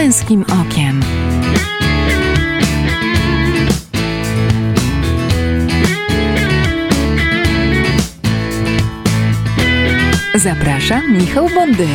Męskim Okiem. Zaprasza Michał Bondyra.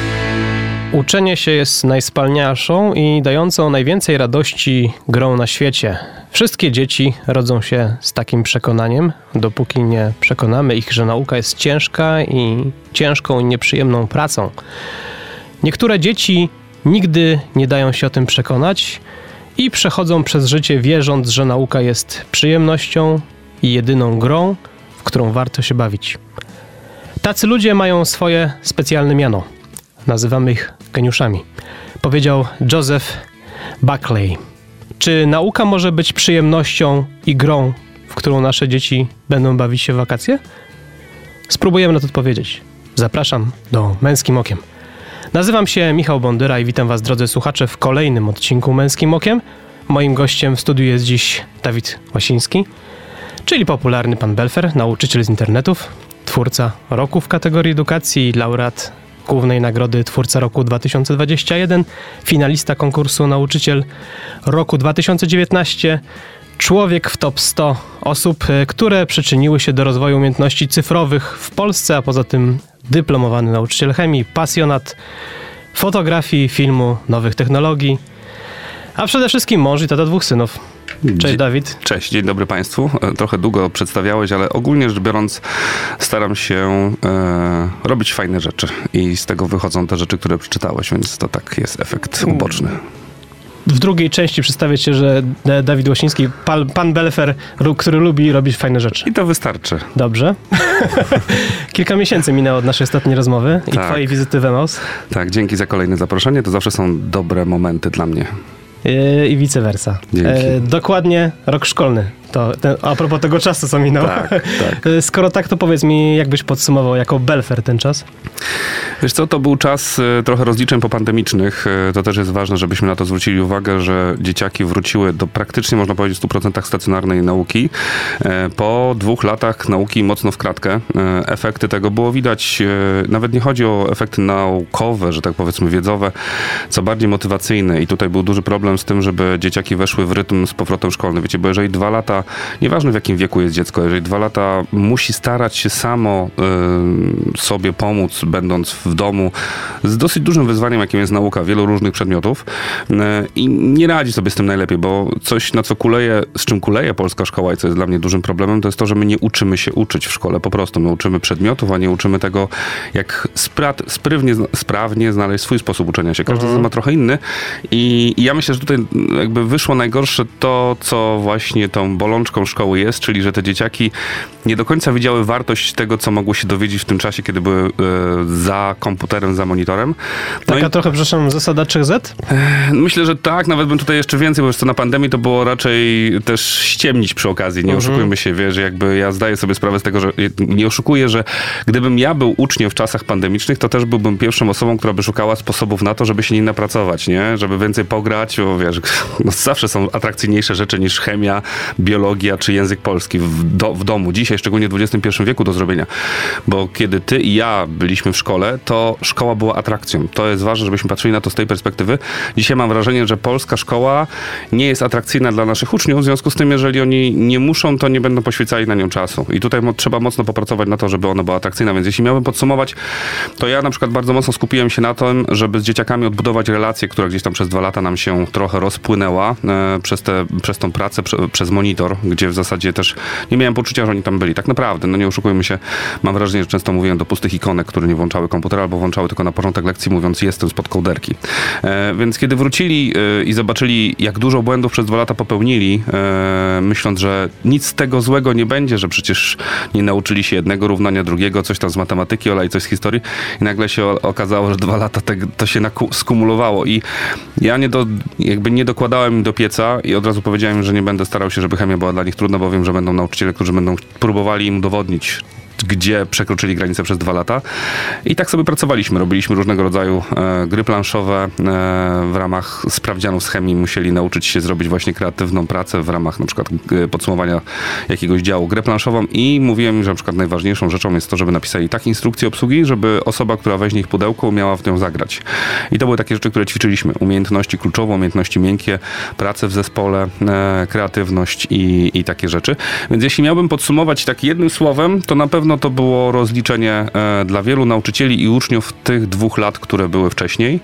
Uczenie się jest najwspanialszą i dającą najwięcej radości grą na świecie. Wszystkie dzieci rodzą się z takim przekonaniem, dopóki nie przekonamy ich, że nauka jest ciężka i ciężką i nieprzyjemną pracą. Niektóre dzieci nigdy nie dają się o tym przekonać i przechodzą przez życie wierząc, że nauka jest przyjemnością i jedyną grą, w którą warto się bawić. Tacy ludzie mają swoje specjalne miano. Nazywamy ich geniuszami. Powiedział Joseph Buckley. Czy nauka może być przyjemnością i grą, w którą nasze dzieci będą bawić się w wakacje? Spróbujemy na to odpowiedzieć. Zapraszam do Męskim Okiem. Nazywam się Michał Bondyra i witam Was, drodzy słuchacze, w kolejnym odcinku Męskim Okiem. Moim gościem w studiu jest dziś Dawid Łasiński, czyli popularny pan Belfer, nauczyciel z internetów, twórca roku w kategorii edukacji i laureat głównej nagrody Twórca Roku 2021, finalista konkursu Nauczyciel Roku 2019, człowiek w top 100 osób, które przyczyniły się do rozwoju umiejętności cyfrowych w Polsce, a poza tym dyplomowany nauczyciel chemii, pasjonat fotografii, filmu, nowych technologii, a przede wszystkim mąż i tata 2 synów. Cześć Dawid. Cześć, dzień dobry Państwu. Trochę długo przedstawiałeś, ale ogólnie rzecz biorąc staram się robić fajne rzeczy i z tego wychodzą te rzeczy, które przeczytałeś, więc to tak jest efekt uboczny. W drugiej części przedstawię Cię, że Dawid Łasiński, pan Belfer, który lubi robić fajne rzeczy. I to wystarczy. Dobrze. Kilka miesięcy minęło od naszej ostatniej rozmowy i Twojej wizyty w Emaus. Tak, dzięki za kolejne zaproszenie. To zawsze są dobre momenty dla mnie. I vice versa. Dokładnie rok szkolny. A propos tego czasu, co minął. Tak. Skoro tak, to powiedz mi, jakbyś podsumował jako Belfer ten czas? Wiesz co, to był czas trochę rozliczeń popandemicznych. To też jest ważne, żebyśmy na to zwrócili uwagę, że dzieciaki wróciły do praktycznie, można powiedzieć, 100% stacjonarnej nauki. Po 2 latach nauki mocno w kratkę. Efekty tego było widać. Nawet nie chodzi o efekty naukowe, że tak powiedzmy wiedzowe, co bardziej motywacyjne. I tutaj był duży problem z tym, żeby dzieciaki weszły w rytm z powrotem szkolny. Wiecie, bo jeżeli 2 lata, nieważne w jakim wieku jest dziecko, jeżeli 2 lata musi starać się samo sobie pomóc, będąc w domu, z dosyć dużym wyzwaniem, jakim jest nauka wielu różnych przedmiotów i nie radzi sobie z tym najlepiej, bo coś, na co z czym kuleje polska szkoła i co jest dla mnie dużym problemem, to jest to, że my nie uczymy się uczyć w szkole po prostu. My uczymy przedmiotów, a nie uczymy tego, jak sprawnie znaleźć swój sposób uczenia się. Każdy z nas ma trochę inny i ja myślę, że tutaj jakby wyszło najgorsze to, co właśnie tą bolączką szkoły jest, czyli że te dzieciaki nie do końca widziały wartość tego, co mogły się dowiedzieć w tym czasie, kiedy były za komputerem, za monitorem. Taka trochę, przepraszam, zasada 3Z? Myślę, że tak, nawet bym tutaj jeszcze więcej, bo już co na pandemii to było raczej też ściemnić przy okazji, nie oszukujmy się, wiesz, jakby ja zdaję sobie sprawę z tego, że nie oszukuję, że gdybym ja był uczniem w czasach pandemicznych, to też byłbym pierwszą osobą, która by szukała sposobów na to, żeby się nie napracować, nie? Żeby więcej pograć, bo wiesz, zawsze są atrakcyjniejsze rzeczy niż chemia, biologia czy język polski w domu. Dzisiaj, szczególnie w XXI wieku do zrobienia. Bo kiedy ty i ja byliśmy w szkole, to szkoła była atrakcją. To jest ważne, żebyśmy patrzyli na to z tej perspektywy. Dzisiaj mam wrażenie, że polska szkoła nie jest atrakcyjna dla naszych uczniów, w związku z tym, jeżeli oni nie muszą, to nie będą poświęcali na nią czasu. I tutaj trzeba mocno popracować na to, żeby ona była atrakcyjna. Więc jeśli miałbym podsumować, to ja na przykład bardzo mocno skupiłem się na tym, żeby z dzieciakami odbudować relację, która gdzieś tam przez 2 lata nam się trochę rozpłynęła przez tą pracę, przez monitor, gdzie w zasadzie też nie miałem poczucia, że oni tam byli. Tak naprawdę, no nie oszukujmy się, mam wrażenie, że często mówiłem do pustych ikonek, które nie włączały komputera albo włączały tylko na porządek lekcji, mówiąc jestem spod kołderki. Więc kiedy wrócili i zobaczyli, jak dużo błędów przez 2 lata popełnili, myśląc, że nic z tego złego nie będzie, że przecież nie nauczyli się jednego równania, drugiego, coś tam z matematyki, i coś z historii i nagle się okazało, że 2 lata to się skumulowało i ja nie dokładałem im do pieca i od razu powiedziałem, że nie będę starał się, żeby chemia była dla nich trudna, bo wiem, że będą nauczyciele, którzy będą próbowali im udowodnić, gdzie przekroczyli granicę przez 2 lata. I tak sobie pracowaliśmy. Robiliśmy różnego rodzaju gry planszowe. W ramach sprawdzianów z chemii musieli nauczyć się zrobić właśnie kreatywną pracę w ramach na przykład podsumowania jakiegoś działu, grę planszową i mówiłem im, że na przykład najważniejszą rzeczą jest to, żeby napisali tak instrukcję obsługi, żeby osoba, która weźmie ich pudełko, umiała w nią zagrać. I to były takie rzeczy, które ćwiczyliśmy. Umiejętności kluczowe, umiejętności miękkie, pracę w zespole, kreatywność i takie rzeczy. Więc jeśli miałbym podsumować tak jednym słowem, to na pewno to było rozliczenie dla wielu nauczycieli i uczniów tych 2 lat, które były wcześniej.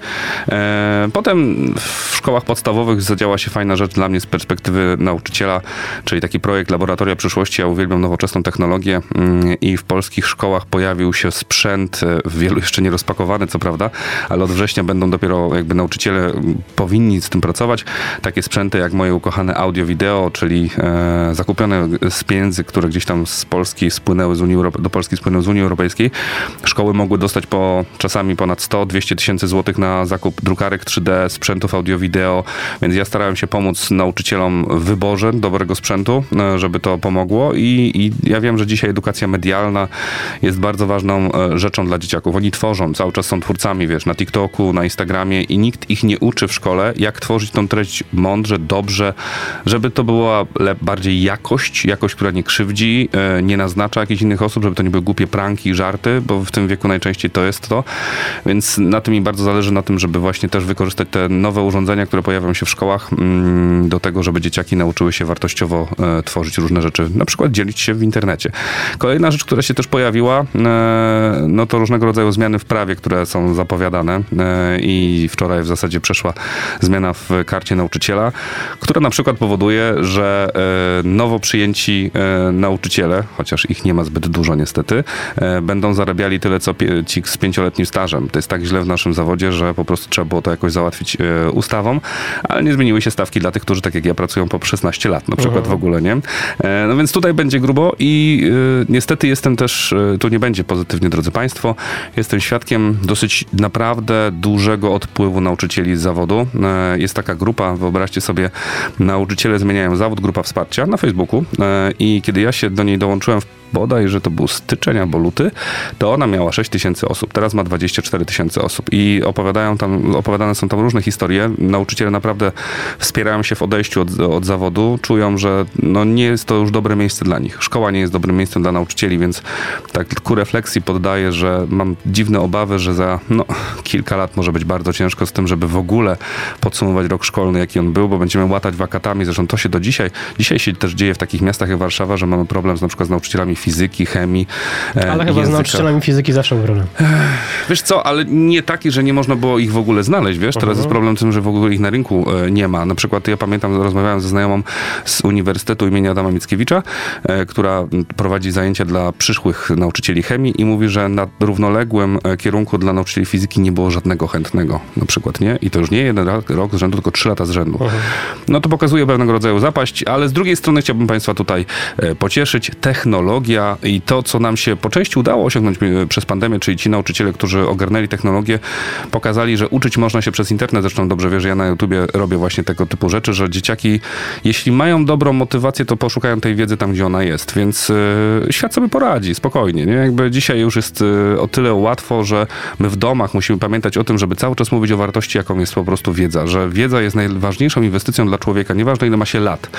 Potem w szkołach podstawowych zadziała się fajna rzecz dla mnie z perspektywy nauczyciela, czyli taki projekt Laboratoria Przyszłości. Ja uwielbiam nowoczesną technologię i w polskich szkołach pojawił się sprzęt, w wielu jeszcze nie rozpakowany, co prawda, ale od września będą dopiero jakby nauczyciele powinni z tym pracować. Takie sprzęty jak moje ukochane audio-wideo, czyli zakupione z pieniędzy, które gdzieś tam z Polski spłynęły do Polski spłynęły z Unii Europejskiej. Szkoły mogły dostać czasami ponad 100-200 tysięcy złotych na zakup drukarek 3D, sprzętów audio-wideo, więc ja starałem się pomóc nauczycielom w wyborze dobrego sprzętu, żeby to pomogło i ja wiem, że dzisiaj edukacja medialna jest bardzo ważną rzeczą dla dzieciaków. Oni tworzą, cały czas są twórcami, wiesz, na TikToku, na Instagramie i nikt ich nie uczy w szkole, jak tworzyć tą treść mądrze, dobrze, żeby to była bardziej jakość, która nie krzywdzi, nie naznacza jakichś innych osób, żeby to nie były głupie pranki i żarty, bo w tym wieku najczęściej to jest to. Więc na tym mi bardzo zależy, na tym, żeby właśnie też wykorzystać te nowe urządzenia, które pojawią się w szkołach do tego, żeby dzieciaki nauczyły się wartościowo tworzyć różne rzeczy, na przykład dzielić się w internecie. Kolejna rzecz, która się też pojawiła, no to różnego rodzaju zmiany w prawie, które są zapowiadane i wczoraj w zasadzie przeszła zmiana w karcie nauczyciela, która na przykład powoduje, że nowo przyjęci nauczyciele, chociaż ich nie ma zbyt dużo niestety, będą zarabiali tyle, co ci z 5-letnim stażem. To jest tak źle w naszym zawodzie, że po prostu trzeba było to jakoś załatwić ustawą, ale nie zmieniły się stawki dla tych, którzy tak jak ja pracują po 16 lat, na przykład w ogóle, nie? No więc tutaj będzie grubo i niestety jestem też, tu nie będzie pozytywnie, drodzy Państwo, jestem świadkiem dosyć naprawdę dużego odpływu nauczycieli z zawodu. Jest taka grupa, wyobraźcie sobie, nauczyciele zmieniają zawód, grupa wsparcia na Facebooku i kiedy ja się do niej dołączyłem bodajże to był styczeń albo luty, to ona miała 6 tysięcy osób, teraz ma 24 tysiące osób i opowiadane są tam różne historie. Nauczyciele naprawdę wspierają się w odejściu od zawodu, czują, że no nie jest to już dobre miejsce dla nich. Szkoła nie jest dobrym miejscem dla nauczycieli, więc tak ku refleksji poddaję, że mam dziwne obawy, że za kilka lat może być bardzo ciężko z tym, żeby w ogóle podsumować rok szkolny, jaki on był, bo będziemy łatać wakatami. Zresztą to się do dzisiaj się też dzieje w takich miastach jak Warszawa, że mamy problem na przykład z nauczycielami fizyki, chemii, ale chyba z nauczycielami fizyki zawsze był problem. Wiesz co, ale nie taki, że nie można było ich w ogóle znaleźć, wiesz? Teraz jest problem z tym, że w ogóle ich na rynku nie ma. Na przykład ja pamiętam, rozmawiałem ze znajomą z Uniwersytetu imienia Adama Mickiewicza, która prowadzi zajęcia dla przyszłych nauczycieli chemii i mówi, że na równoległym kierunku dla nauczycieli fizyki nie było żadnego chętnego, na przykład, nie? I to już nie jeden rok z rzędu, tylko 3 lata z rzędu. No to pokazuje pewnego rodzaju zapaść, ale z drugiej strony chciałbym Państwa tutaj pocieszyć. Technologia i to, co nam się po części udało osiągnąć przez pandemię, czyli ci nauczyciele, którzy ogarnęli technologię, pokazali, że uczyć można się przez internet. Zresztą dobrze wiesz, że ja na YouTubie robię właśnie tego typu rzeczy, że dzieciaki, jeśli mają dobrą motywację, to poszukają tej wiedzy tam, gdzie ona jest. Więc świat sobie poradzi, spokojnie. Nie? Jakby dzisiaj już jest o tyle łatwo, że my w domach musimy pamiętać o tym, żeby cały czas mówić o wartości, jaką jest po prostu wiedza. Że wiedza jest najważniejszą inwestycją dla człowieka, nieważne ile ma się lat.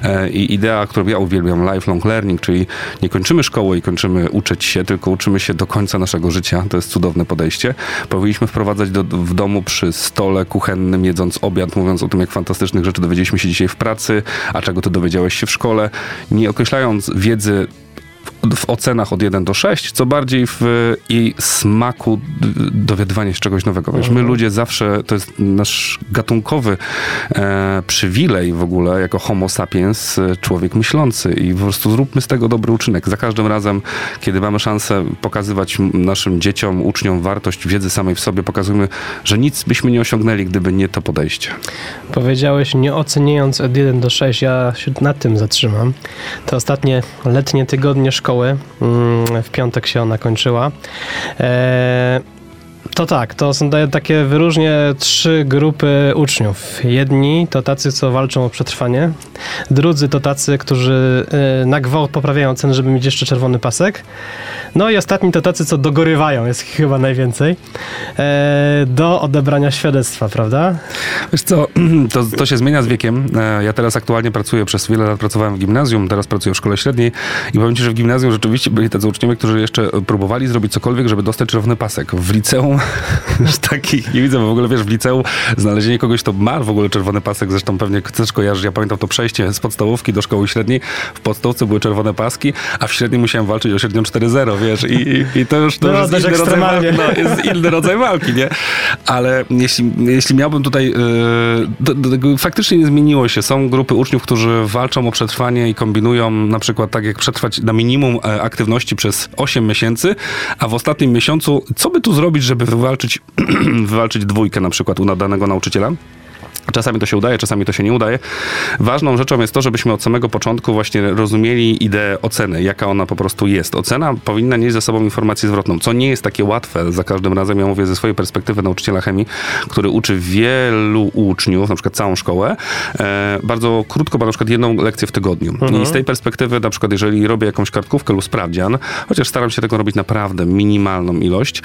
I idea, którą ja uwielbiam, lifelong learning, czyli nie kończymy szkoły i kończymy uczyć się, tylko uczymy się do końca naszego życia. To jest cudowne podejście. Powinniśmy wprowadzać w domu przy stole kuchennym, jedząc obiad, mówiąc o tym, jak fantastycznych rzeczy dowiedzieliśmy się dzisiaj w pracy, a czego ty dowiedziałeś się w szkole, nie określając wiedzy w ocenach od 1 do 6, co bardziej w jej smaku dowiadywanie się czegoś nowego. Wiesz, my ludzie zawsze, to jest nasz gatunkowy przywilej w ogóle, jako homo sapiens, człowiek myślący i po prostu zróbmy z tego dobry uczynek. Za każdym razem, kiedy mamy szansę pokazywać naszym dzieciom, uczniom wartość wiedzy samej w sobie, pokazujmy, że nic byśmy nie osiągnęli, gdyby nie to podejście. Powiedziałeś, nie oceniając od 1 do 6, ja się nad tym zatrzymam. Te ostatnie letnie tygodnie szkoły, w piątek się ona kończyła. To tak, to są takie wyróżnie 3 grupy uczniów. Jedni to tacy, co walczą o przetrwanie, drudzy to tacy, którzy na gwałt poprawiają ceny, żeby mieć jeszcze czerwony pasek, no i ostatni to tacy, co dogorywają, jest ich chyba najwięcej, do odebrania świadectwa, prawda? Wiesz co, to się zmienia z wiekiem. Ja teraz aktualnie pracuję, przez wiele lat pracowałem w gimnazjum, teraz pracuję w szkole średniej i powiem ci, że w gimnazjum rzeczywiście byli tacy uczniowie, którzy jeszcze próbowali zrobić cokolwiek, żeby dostać czerwony pasek. W liceum już takich nie widzę, bo w ogóle wiesz, w liceum znalezienie kogoś, kto ma w ogóle czerwony pasek, zresztą pewnie też kojarzysz, ja pamiętam to przejście z podstawówki do szkoły średniej, w podstawce były czerwone paski, a w średniej musiałem walczyć o średnią 4.0, wiesz, i to już jest inny rodzaj walki, nie? Ale jeśli miałbym tutaj, faktycznie nie zmieniło się. Są grupy uczniów, którzy walczą o przetrwanie i kombinują na przykład tak jak przetrwać na minimum aktywności przez 8 miesięcy, a w ostatnim miesiącu, co by tu zrobić, żeby wywalczyć 2 na przykład u danego nauczyciela? Czasami to się udaje, czasami to się nie udaje. Ważną rzeczą jest to, żebyśmy od samego początku właśnie rozumieli ideę oceny, jaka ona po prostu jest. Ocena powinna nieść ze sobą informację zwrotną, co nie jest takie łatwe za każdym razem. Ja mówię ze swojej perspektywy nauczyciela chemii, który uczy wielu uczniów, na przykład całą szkołę, bardzo krótko, bo na przykład 1 lekcję w tygodniu. I z tej perspektywy, na przykład jeżeli robię jakąś kartkówkę lub sprawdzian, chociaż staram się tego robić naprawdę minimalną ilość,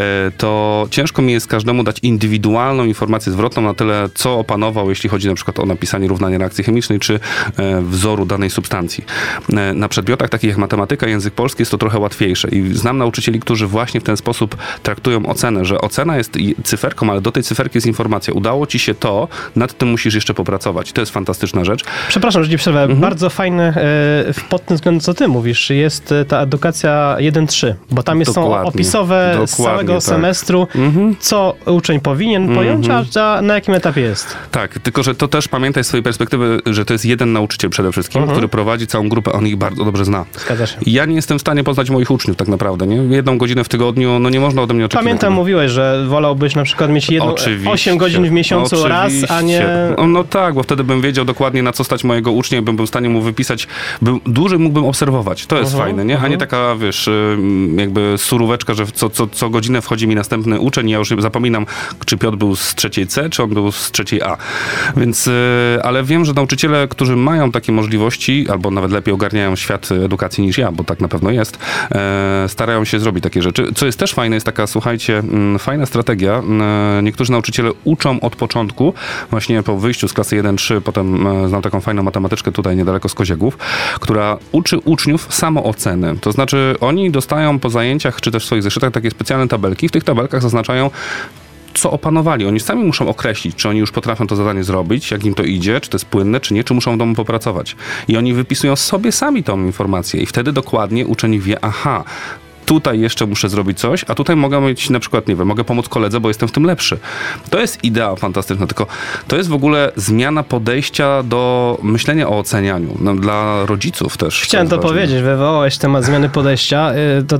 to ciężko mi jest każdemu dać indywidualną informację zwrotną na tyle, co opanował, jeśli chodzi na przykład o napisanie równania reakcji chemicznej, czy wzoru danej substancji. Na przedmiotach takich jak matematyka, język polski jest to trochę łatwiejsze i znam nauczycieli, którzy właśnie w ten sposób traktują ocenę, że ocena jest cyferką, ale do tej cyferki jest informacja. Udało ci się to, nad tym musisz jeszcze popracować. To jest fantastyczna rzecz. Przepraszam, że ci przerwę. Bardzo fajne pod tym względem, co ty mówisz, jest ta edukacja 1.3, bo tam są opisowe z całego semestru, co uczeń powinien pojąć, a na jakim etapie jest. Tak, tylko że to też pamiętaj z swojej perspektywy, że to jest jeden nauczyciel przede wszystkim, który prowadzi całą grupę, on ich bardzo dobrze zna. Zgadza się. Ja nie jestem w stanie poznać moich uczniów tak naprawdę, nie? 1 godzinę w tygodniu, no nie można ode mnie oczekiwać. Pamiętam, mówiłeś, że wolałbyś na przykład mieć 8 godzin w miesiącu raz, a nie... No tak, bo wtedy bym wiedział dokładnie, na co stać mojego ucznia i bym był w stanie mu wypisać, dłużej mógłbym obserwować. To jest fajne, nie? A nie taka, wiesz, jakby suróweczka, że co godzinę wchodzi mi następny uczeń i ja już zapominam, czy Piotr był z 3. C, czy on był z 3. A. Więc, ale wiem, że nauczyciele, którzy mają takie możliwości, albo nawet lepiej ogarniają świat edukacji niż ja, bo tak na pewno jest, starają się zrobić takie rzeczy. Co jest też fajne, jest taka, słuchajcie, fajna strategia. Niektórzy nauczyciele uczą od początku, właśnie po wyjściu z klasy 1-3, potem znam taką fajną matematyczkę tutaj niedaleko z Koziegów, która uczy uczniów samooceny. To znaczy, oni dostają po zajęciach, czy też w swoich zeszytach takie specjalne tabelki. W tych tabelkach zaznaczają, co opanowali. Oni sami muszą określić, czy oni już potrafią to zadanie zrobić, jak im to idzie, czy to jest płynne, czy nie, czy muszą w domu popracować. I oni wypisują sobie sami tą informację i wtedy dokładnie uczeń wie, aha, tutaj jeszcze muszę zrobić coś, a tutaj mogę mieć na przykład, nie wiem, mogę pomóc koledze, bo jestem w tym lepszy. To jest idea fantastyczna, tylko to jest w ogóle zmiana podejścia do myślenia o ocenianiu. No, dla rodziców też. Chciałem to powiedzieć, wywołałeś temat zmiany podejścia.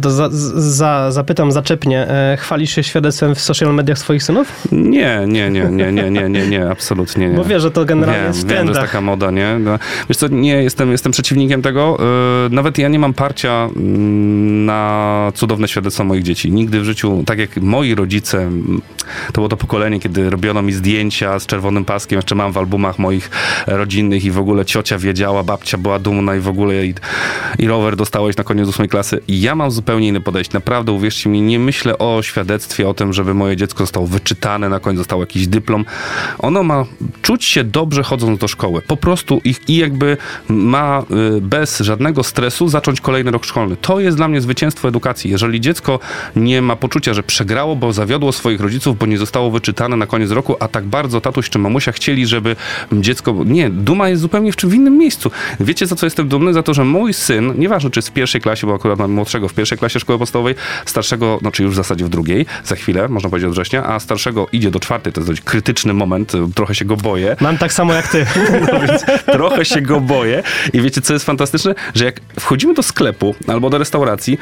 Zapytam zaczepnie. Chwalisz się świadectwem w social mediach swoich synów? Nie, absolutnie nie. Bo wiesz, że to generalnie jest w trendach. Wiem, że jest taka moda, nie? No, wiesz co, nie, jestem przeciwnikiem tego. Nawet ja nie mam parcia na cudowne świadectwo moich dzieci. Nigdy w życiu, tak jak moi rodzice, to było to pokolenie, kiedy robiono mi zdjęcia z czerwonym paskiem, jeszcze mam w albumach moich rodzinnych i w ogóle ciocia wiedziała, babcia była dumna i w ogóle i rower dostałeś na koniec 8 klasy. I ja mam zupełnie inne podejście. Naprawdę, uwierzcie mi, nie myślę o świadectwie, o tym, żeby moje dziecko zostało wyczytane, na koniec dostał jakiś dyplom. Ono ma czuć się dobrze chodząc do szkoły. Po prostu i jakby ma bez żadnego stresu zacząć kolejny rok szkolny. To jest dla mnie zwycięstwo edukacji. Jeżeli dziecko nie ma poczucia, że przegrało, bo zawiodło swoich rodziców, bo nie zostało wyczytane na koniec roku, a tak bardzo tatuś czy mamusia chcieli, żeby dziecko... Nie, duma jest zupełnie w innym miejscu. Wiecie, za co jestem dumny? Za to, że mój syn, nieważne czy jest w 1. klasie, bo akurat mam młodszego w 1. klasie szkoły podstawowej, starszego, no czy już w zasadzie w 2, za chwilę, można powiedzieć od września, a starszego idzie do 4, to jest dość krytyczny moment, trochę się go boję. Mam tak samo jak ty. No więc trochę się go boję i wiecie, co jest fantastyczne? Że jak wchodzimy do sklepu albo do restauracji,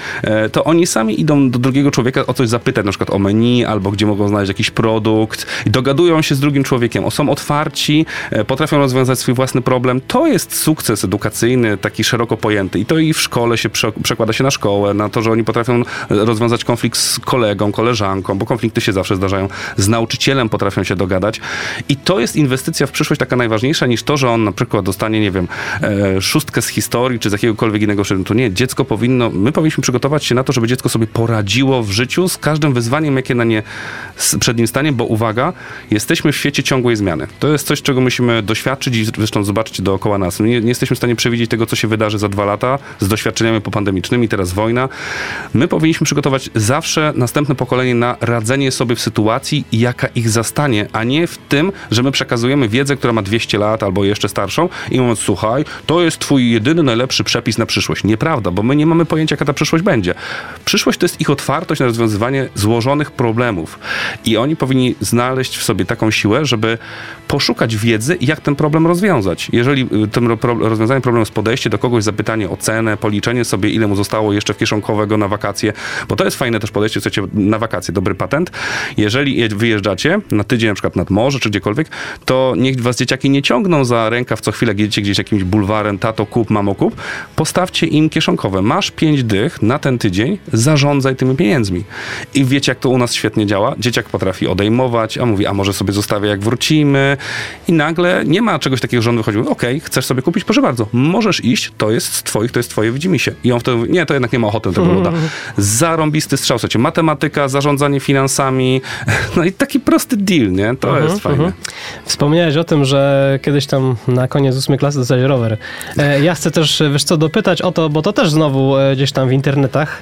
to oni sami idą do drugiego człowieka o coś zapytać, na przykład o menu, albo gdzie mogą znaleźć jakiś produkt i dogadują się z drugim człowiekiem, są otwarci, potrafią rozwiązać swój własny problem. To jest sukces edukacyjny, taki szeroko pojęty i to i w szkole się przekłada się na szkołę, na to, że oni potrafią rozwiązać konflikt z kolegą, koleżanką, bo konflikty się zawsze zdarzają, z nauczycielem potrafią się dogadać i to jest inwestycja w przyszłość taka najważniejsza niż to, że on na przykład dostanie, nie wiem, 6 z historii czy z jakiegokolwiek innego przedmiotu. Nie, my powinniśmy przygotować się na to, żeby dziecko sobie poradziło w życiu z każdym wyzwaniem, jakie przed nim stanie, bo uwaga, jesteśmy w świecie ciągłej zmiany. To jest coś, czego musimy doświadczyć i zresztą zobaczyć dookoła nas. Nie jesteśmy w stanie przewidzieć tego, co się wydarzy za 2 lata z doświadczeniami popandemicznymi, teraz wojna. My powinniśmy przygotować zawsze następne pokolenie na radzenie sobie w sytuacji, jaka ich zastanie, a nie w tym, że my przekazujemy wiedzę, która ma 200 lat albo jeszcze starszą i mówiąc, słuchaj, to jest twój jedyny, najlepszy przepis na przyszłość. Nieprawda, bo my nie mamy pojęcia, jaka ta przyszłość będzie. Przyszłość to jest ich otwartość na rozwiązywanie złożonych problemów i oni powinni znaleźć w sobie taką siłę, żeby poszukać wiedzy, jak ten problem rozwiązać. Jeżeli tym rozwiązaniem problemu jest podejście do kogoś, zapytanie o cenę, policzenie sobie, ile mu zostało jeszcze w kieszonkowego na wakacje, bo to jest fajne też podejście, chcecie na wakacje, dobry patent. Jeżeli wyjeżdżacie na tydzień na przykład nad morze, czy gdziekolwiek, to niech was dzieciaki nie ciągną za rękaw co chwilę, jedziecie gdzieś jakimś bulwarem, tato kup, mamo kup, postawcie im kieszonkowe. Masz 5 dych na ten tydzień, zarządzaj tymi pieniędzmi. I wiecie, jak to u nas świetnie działa? Dzieciak potrafi odejmować, a mówi, a może sobie zostawię, jak wrócimy. I nagle nie ma czegoś takiego, że on wychodził, okej, chcesz sobie kupić? Proszę bardzo, możesz iść, to jest z twoich, to jest twoje, widzimy się. I on wtedy mówi, nie, to jednak nie ma ochoty tego loda. Zarąbisty strzał, słuchajcie, matematyka, zarządzanie finansami, no i taki prosty deal, nie? To jest fajne. Wspomniałeś o tym, że kiedyś tam na koniec 8 klasy dostałeś rower. Ja chcę też, wiesz co, dopytać o to, bo to też znowu gdzieś tam w internetach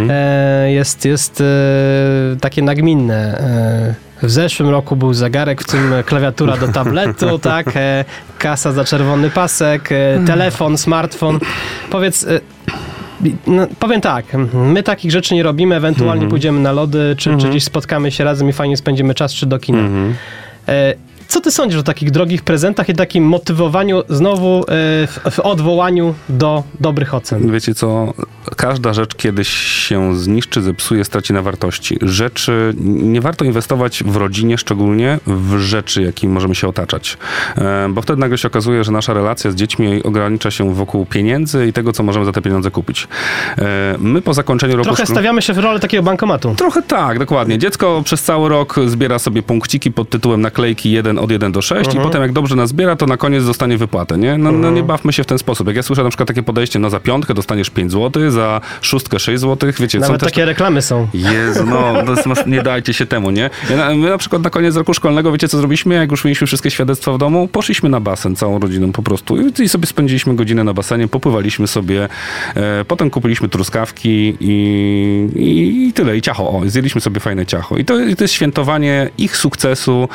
jest takie nagminne. W zeszłym roku był zegarek, w tym klawiatura do tabletu, tak? Kasa za czerwony pasek, telefon, smartfon. Powiedz... No, powiem tak, my takich rzeczy nie robimy, ewentualnie pójdziemy na lody, czy gdzieś spotkamy się razem i fajnie spędzimy czas, czy do kina. Co ty sądzisz o takich drogich prezentach i takim motywowaniu znowu w odwołaniu do dobrych ocen? Wiecie co, każda rzecz kiedyś się zniszczy, zepsuje, straci na wartości. Nie warto inwestować w rodzinie, szczególnie w rzeczy, jakimi możemy się otaczać. Bo wtedy nagle się okazuje, że nasza relacja z dziećmi ogranicza się wokół pieniędzy i tego, co możemy za te pieniądze kupić. My po zakończeniu roku... Trochę stawiamy się w rolę takiego bankomatu. Trochę tak, dokładnie. Dziecko przez cały rok zbiera sobie punkciki pod tytułem naklejki od 1 do 6 i potem jak dobrze nazbiera, to na koniec dostanie wypłatę, nie? No nie bawmy się w ten sposób. Jak ja słyszę na przykład takie podejście, no za 5 dostaniesz 5 zł, za 6 6 zł, wiecie. Nawet takie reklamy są. Jezu, no, nie dajcie się temu, nie? My na przykład na koniec roku szkolnego, wiecie co zrobiliśmy? Jak już mieliśmy wszystkie świadectwa w domu, poszliśmy na basen całą rodziną po prostu i sobie spędziliśmy godzinę na basenie, popływaliśmy sobie, potem kupiliśmy truskawki i tyle, i ciacho. Zjedliśmy sobie fajne ciacho. I to jest świętowanie ich sukcesu,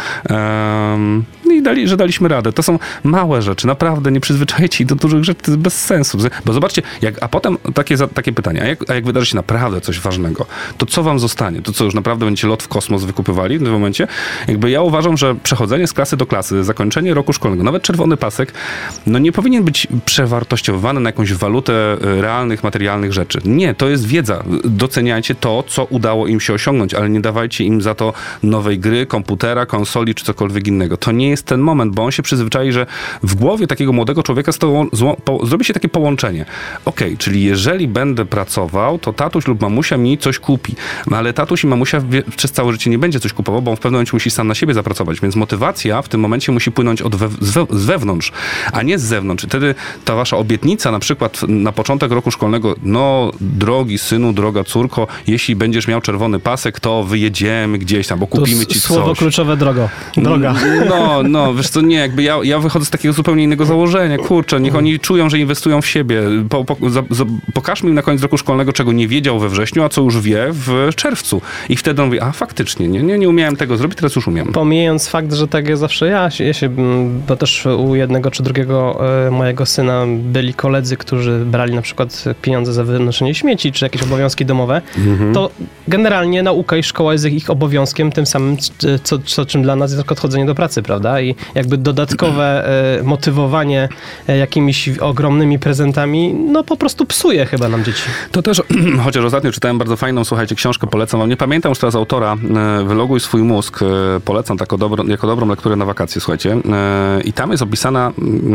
i że daliśmy radę. To są małe rzeczy, naprawdę nie przyzwyczajcie ich do dużych rzeczy, to jest bez sensu. Bo zobaczcie, a potem takie pytanie, a jak wydarzy się naprawdę coś ważnego, to co wam zostanie? To co, już naprawdę będziecie lot w kosmos wykupywali w tym momencie? Jakby ja uważam, że przechodzenie z klasy do klasy, zakończenie roku szkolnego, nawet czerwony pasek, no nie powinien być przewartościowany na jakąś walutę realnych, materialnych rzeczy. Nie, to jest wiedza. Doceniajcie to, co udało im się osiągnąć, ale nie dawajcie im za to nowej gry, komputera, konsoli czy cokolwiek innego. To nie jest ten moment, bo on się przyzwyczai, że w głowie takiego młodego człowieka zrobi się takie połączenie. Okej, czyli jeżeli będę pracował, to tatuś lub mamusia mi coś kupi. No ale tatuś i mamusia przez całe życie nie będzie coś kupował, bo on w pewnym momencie musi sam na siebie zapracować, więc motywacja w tym momencie musi płynąć z wewnątrz, a nie z zewnątrz. Wtedy ta wasza obietnica na przykład na początek roku szkolnego, no drogi synu, droga córko, jeśli będziesz miał czerwony pasek, to wyjedziemy gdzieś tam, bo kupimy ci coś. Słowo kluczowe droga. No, wiesz co, nie, jakby ja wychodzę z takiego zupełnie innego założenia. Kurczę, niech oni czują, że inwestują w siebie. Pokażmy im na koniec roku szkolnego, czego nie wiedział we wrześniu, a co już wie w czerwcu. I wtedy on mówi, faktycznie, nie umiałem tego zrobić, teraz już umiem. Pomijając fakt, że tak jest zawsze bo też u jednego czy drugiego mojego syna byli koledzy, którzy brali na przykład pieniądze za wynoszenie śmieci, czy jakieś obowiązki domowe, to generalnie nauka i szkoła jest ich obowiązkiem, tym samym, czym dla nas jest odchodzenie do pracy. pracy, prawda? I jakby dodatkowe motywowanie jakimiś ogromnymi prezentami, no po prostu psuje chyba nam dzieci. To też, chociaż ostatnio czytałem bardzo fajną, słuchajcie, książkę, polecam wam, nie pamiętam już teraz autora, Wyloguj swój mózg, polecam jako dobrą lekturę na wakacje, słuchajcie. I tam jest opisana,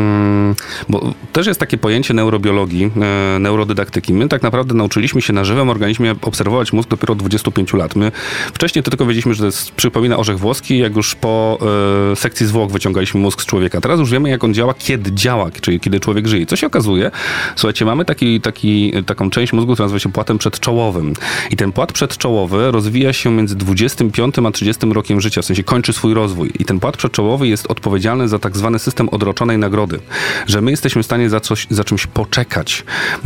bo też jest takie pojęcie neurobiologii, neurodydaktyki. My tak naprawdę nauczyliśmy się na żywym organizmie obserwować mózg dopiero od 25 lat. My wcześniej to tylko wiedzieliśmy, że to przypomina orzech włoski, jak już po sekcji zwłok wyciągaliśmy mózg z człowieka. Teraz już wiemy, jak on działa, czyli kiedy człowiek żyje. Co się okazuje? Słuchajcie, mamy taką część mózgu, która nazywa się płatem przedczołowym. I ten płat przedczołowy rozwija się między 25 a 30 rokiem życia, w sensie kończy swój rozwój. I ten płat przedczołowy jest odpowiedzialny za tak zwany system odroczonej nagrody. Że my jesteśmy w stanie za czymś poczekać.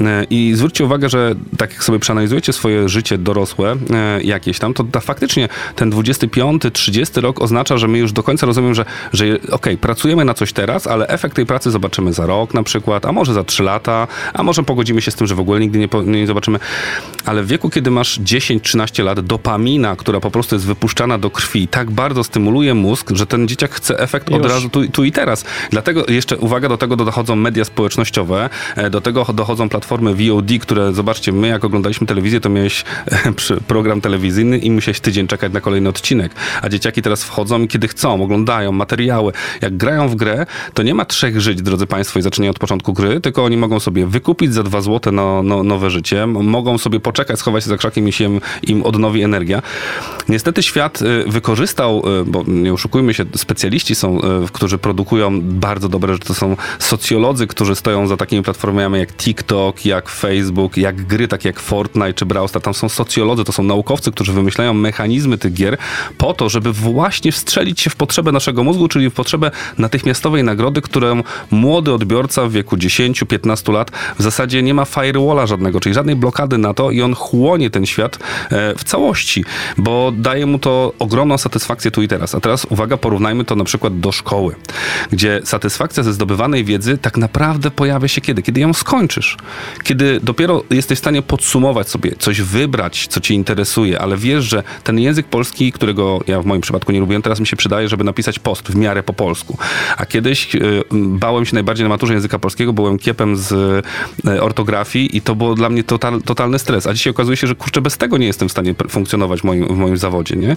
I zwróćcie uwagę, że tak jak sobie przeanalizujecie swoje życie dorosłe jakieś tam, to faktycznie ten 25, 30 rok oznacza, że my już do końca rozumiemy, że okej, pracujemy na coś teraz, ale efekt tej pracy zobaczymy za rok na przykład, a może za 3 lata, a może pogodzimy się z tym, że w ogóle nigdy nie zobaczymy. Ale w wieku, kiedy masz 10-13 lat, dopamina, która po prostu jest wypuszczana do krwi, tak bardzo stymuluje mózg, że ten dzieciak chce efekt od razu tu i teraz. Dlatego jeszcze, uwaga, do tego dochodzą media społecznościowe, do tego dochodzą platformy VOD, które, zobaczcie, my jak oglądaliśmy telewizję, to miałeś program telewizyjny i musiałeś tydzień czekać na kolejny odcinek. A dzieciaki teraz wchodzą i kiedy chcą, oglądają materiały. Jak grają w grę, to nie ma 3 żyć, drodzy państwo, i zaczynają od początku gry, tylko oni mogą sobie wykupić za 2 zł nowe życie, mogą sobie poczekać, schować się za krzakiem i się im odnowi energia. Niestety świat wykorzystał, bo nie oszukujmy się, specjaliści są, którzy produkują bardzo dobre rzeczy, to są socjolodzy, którzy stoją za takimi platformami jak TikTok, jak Facebook, jak gry takie jak Fortnite czy Brawl Stars. Tam są socjolodzy, to są naukowcy, którzy wymyślają mechanizmy tych gier po to, żeby właśnie wstrzelić się w potrzebę naszego mózgu, czyli w potrzebę natychmiastowej nagrody, którą młody odbiorca w wieku 10-15 lat w zasadzie nie ma firewalla żadnego, czyli żadnej blokady na to i on chłonie ten świat w całości, bo daje mu to ogromną satysfakcję tu i teraz. A teraz uwaga, porównajmy to na przykład do szkoły, gdzie satysfakcja ze zdobywanej wiedzy tak naprawdę pojawia się kiedy? Kiedy ją skończysz. Kiedy dopiero jesteś w stanie podsumować sobie, coś wybrać, co cię interesuje, ale wiesz, że ten język polski, którego ja w moim przypadku nie lubiłem, teraz mi się przydaje, żeby napisać post w miarę po polsku. A kiedyś bałem się najbardziej na maturze języka polskiego, byłem kiepem z ortografii i to było dla mnie totalny stres. A dzisiaj okazuje się, że kurczę, bez tego nie jestem w stanie funkcjonować w moim zawodzie, nie?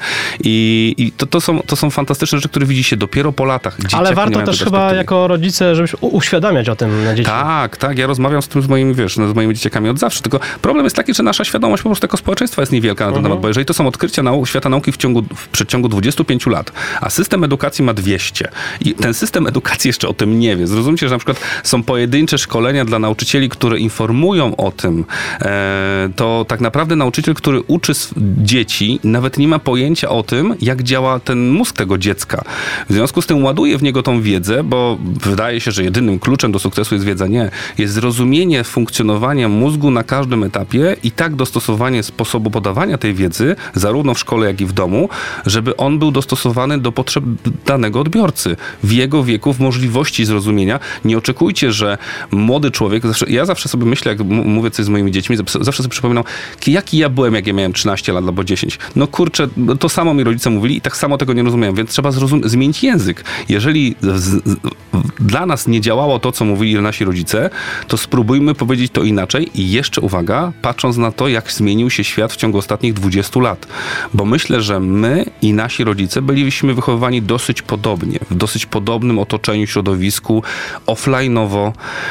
I to są fantastyczne rzeczy, które widzi się dopiero po latach. Ale warto też chyba jako rodzice, żebyś uświadamiać o tym na dzieci. Tak. Ja rozmawiam z tym z moimi dzieciakami od zawsze. Tylko problem jest taki, że nasza świadomość po prostu jako społeczeństwa jest niewielka na ten temat, bo jeżeli to są odkrycia świata nauki w przeciągu 25 lat, a system edukacji ma 200 i ten system edukacji jeszcze o tym nie wie. Zrozumcie, że na przykład są pojedyncze szkolenia dla nauczycieli, które informują o tym, to tak naprawdę nauczyciel, który uczy dzieci, nawet nie ma pojęcia o tym, jak działa ten mózg tego dziecka. W związku z tym ładuje w niego tą wiedzę, bo wydaje się, że jedynym kluczem do sukcesu jest wiedza. Nie. Jest zrozumienie funkcjonowania mózgu na każdym etapie i tak dostosowanie sposobu podawania tej wiedzy, zarówno w szkole, jak i w domu, żeby on był dostosowany do potrzeb danego odbiorcy. W jego wieku, w możliwości zrozumienia. Nie oczekujcie, że młody człowiek, ja zawsze sobie myślę, jak mówię coś z moimi dziećmi, zawsze sobie przypominam, jaki ja byłem, jak ja miałem 13 lat albo 10. No kurczę, to samo mi rodzice mówili i tak samo tego nie rozumiałem, więc trzeba zmienić język. Jeżeli dla nas nie działało to, co mówili nasi rodzice, to spróbujmy powiedzieć to inaczej i jeszcze uwaga, patrząc na to, jak zmienił się świat w ciągu ostatnich 20 lat. Bo myślę, że my i nasi rodzice byliśmy wychowywani dosyć podobnie, w dosyć podobnym otoczeniu, środowisku, offline'owo.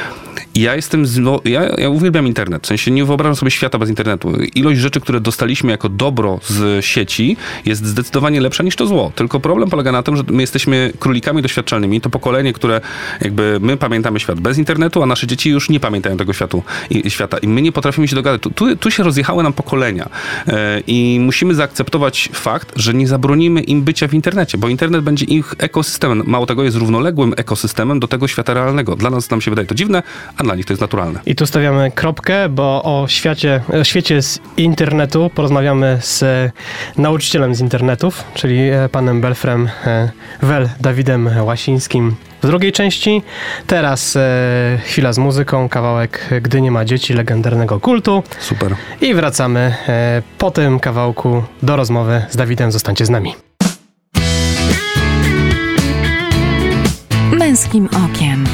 Ja uwielbiam internet, w sensie nie wyobrażam sobie świata bez internetu. Ilość rzeczy, które dostaliśmy jako dobro z sieci jest zdecydowanie lepsza niż to zło. Tylko problem polega na tym, że my jesteśmy królikami doświadczalnymi. To pokolenie, które jakby my pamiętamy świat bez internetu, a nasze dzieci już nie pamiętają tego świata. I my nie potrafimy się dogadać. Tu się rozjechały nam pokolenia. I musimy zaakceptować fakt, że nie zabronimy im bycia w internecie, bo internet będzie ich ekosystemem. Mało tego, jest równoległym ekosystemem do tego świata realnego. Dla nas nam się wydaje to dziwne, a dla nich to jest naturalne. I tu stawiamy kropkę, bo o świecie z internetu porozmawiamy z nauczycielem z internetów, czyli panem Belfrem Dawidem Łasińskim w drugiej części. Teraz chwila z muzyką, kawałek Gdy nie ma dzieci, legendarnego kultu. Super. I wracamy po tym kawałku do rozmowy z Dawidem. Zostańcie z nami. Męskim Okiem.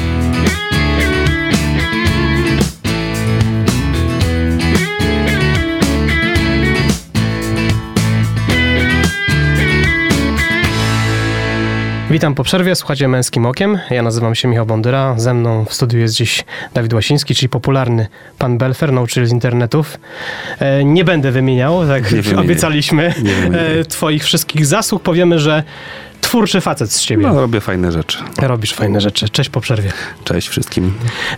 Witam po przerwie, słuchacie Męskim Okiem. Ja nazywam się Michał Bondyra. Ze mną w studiu jest dziś Dawid Łasiński, czyli popularny pan Belfer, nauczyciel z internetów. Nie będę wymieniał, tak jak obiecaliśmy, twoich wszystkich zasług. Powiemy, że twórczy facet z ciebie. No, robię fajne rzeczy. Robisz fajne rzeczy. Cześć po przerwie. Cześć wszystkim.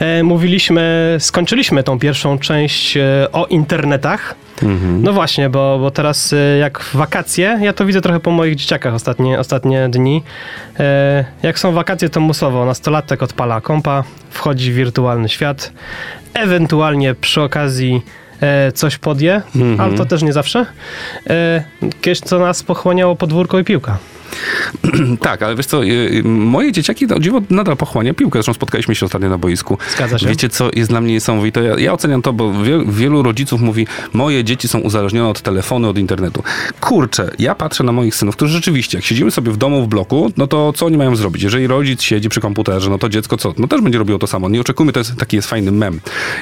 Skończyliśmy tą pierwszą część o internetach. No właśnie, bo teraz jak wakacje, ja to widzę trochę po moich dzieciakach ostatnie dni. Jak są wakacje, to musowo nastolatek odpala kompa, wchodzi w wirtualny świat, ewentualnie przy okazji coś podje, ale to też nie zawsze. Kiedyś co nas pochłaniało podwórko i piłka. Tak, ale wiesz co, moje dzieciaki o dziwo nadal pochłania piłkę. Zresztą spotkaliśmy się ostatnio na boisku. Zgadza się. Wiecie, co jest dla mnie niesamowite? Ja oceniam to, bo wielu rodziców mówi, moje dzieci są uzależnione od telefonu, od internetu. Kurczę, ja patrzę na moich synów, którzy rzeczywiście, jak siedzimy sobie w domu, w bloku, no to co oni mają zrobić? Jeżeli rodzic siedzi przy komputerze, no to dziecko co? No też będzie robiło to samo. Nie oczekujmy, taki jest fajny mem.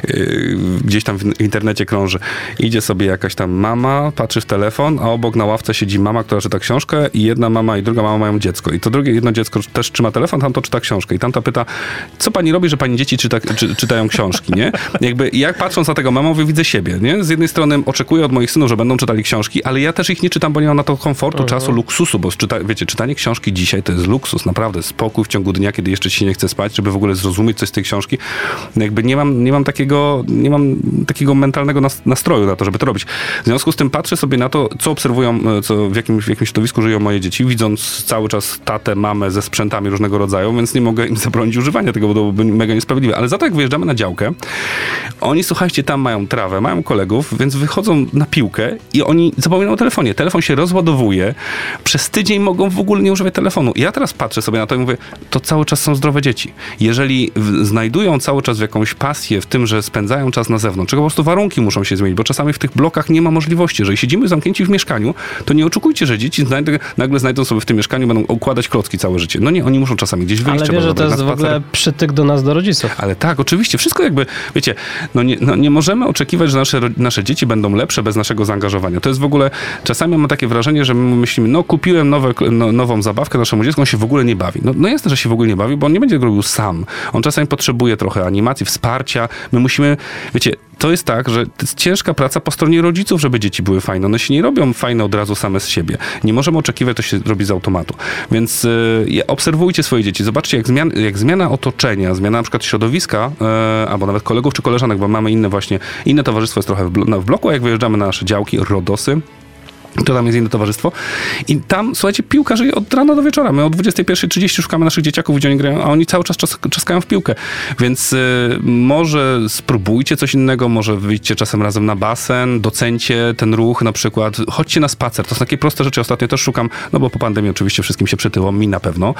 Gdzieś tam w internecie krąży. Idzie sobie jakaś tam mama, patrzy w telefon, a obok na ławce siedzi mama, która czyta książkę i jedna mama i druga mama mają dziecko. I to drugie jedno dziecko też trzyma telefon, tamto czyta książkę. I tamta pyta, co pani robi, że pani dzieci czytają książki, nie? Jakby jak patrząc na tego mamę, widzę siebie, nie? Z jednej strony oczekuję od moich synów, że będą czytali książki, ale ja też ich nie czytam, bo nie mam na to komfortu, czasu, luksusu, bo wiecie, czytanie książki dzisiaj to jest luksus, naprawdę. Spokój w ciągu dnia, kiedy jeszcze ci się nie chce spać, żeby w ogóle zrozumieć coś z tej książki. Jakby nie mam takiego mentalnego nastroju na to, żeby to robić. W związku z tym patrzę sobie na to, co obserwują, w jakim środowisku żyją moje dzieci, widząc cały czas tatę, mamę ze sprzętami różnego rodzaju, więc nie mogę im zabronić używania tego, bo to byłoby mega niesprawiedliwe. Ale za to jak wyjeżdżamy na działkę, oni, słuchajcie, tam mają trawę, mają kolegów, więc wychodzą na piłkę i oni zapominają o telefonie. Telefon się rozładowuje, przez tydzień mogą w ogóle nie używać telefonu. I ja teraz patrzę sobie na to i mówię, to cały czas są zdrowe dzieci. Jeżeli znajdują cały czas jakąś pasję w tym, że spędzają czas na zewnątrz, czego po prostu warunki muszą się zmienić, bo czasami w tych blokach nie ma możliwości. Jeżeli siedzimy zamknięci w mieszkaniu, to nie oczekujcie, że dzieci nagle znajdą sobie w tym mieszkaniu, będą układać klocki całe życie. No nie, oni muszą czasami gdzieś wyjść. Ale wiesz, że to jest w ogóle przytyk do nas, do rodziców. Ale tak, oczywiście. Wszystko jakby, wiecie, nie możemy oczekiwać, że nasze dzieci będą lepsze bez naszego zaangażowania. To jest w ogóle, czasami mam takie wrażenie, że my myślimy, kupiłem nową zabawkę naszemu dziecku, on się w ogóle nie bawi. No jasne, że się w ogóle nie bawi, bo on nie będzie go robił sam. On czasami potrzebuje trochę animacji, wsparcia. My musimy, wiecie, to jest tak, że to jest ciężka praca po stronie rodziców, żeby dzieci były fajne. One się nie robią fajne od razu same z siebie. Nie możemy oczekiwać, to się robi z automatu. Więc obserwujcie swoje dzieci. Zobaczcie, jak zmiana otoczenia, zmiana na przykład środowiska, albo nawet kolegów czy koleżanek, bo mamy inne towarzystwo jest trochę w bloku, a jak wyjeżdżamy na nasze działki, rodosy, to tam jest inne towarzystwo. I tam, słuchajcie, piłka żyje od rana do wieczora. My o 21:30 szukamy naszych dzieciaków, gdzie oni grają, a oni cały czas czaskają w piłkę. Więc może spróbujcie coś innego, może wyjdźcie czasem razem na basen, docencie ten ruch na przykład, chodźcie na spacer. To są takie proste rzeczy. Ostatnio też szukam, no bo po pandemii oczywiście wszystkim się przytyło, mi na pewno.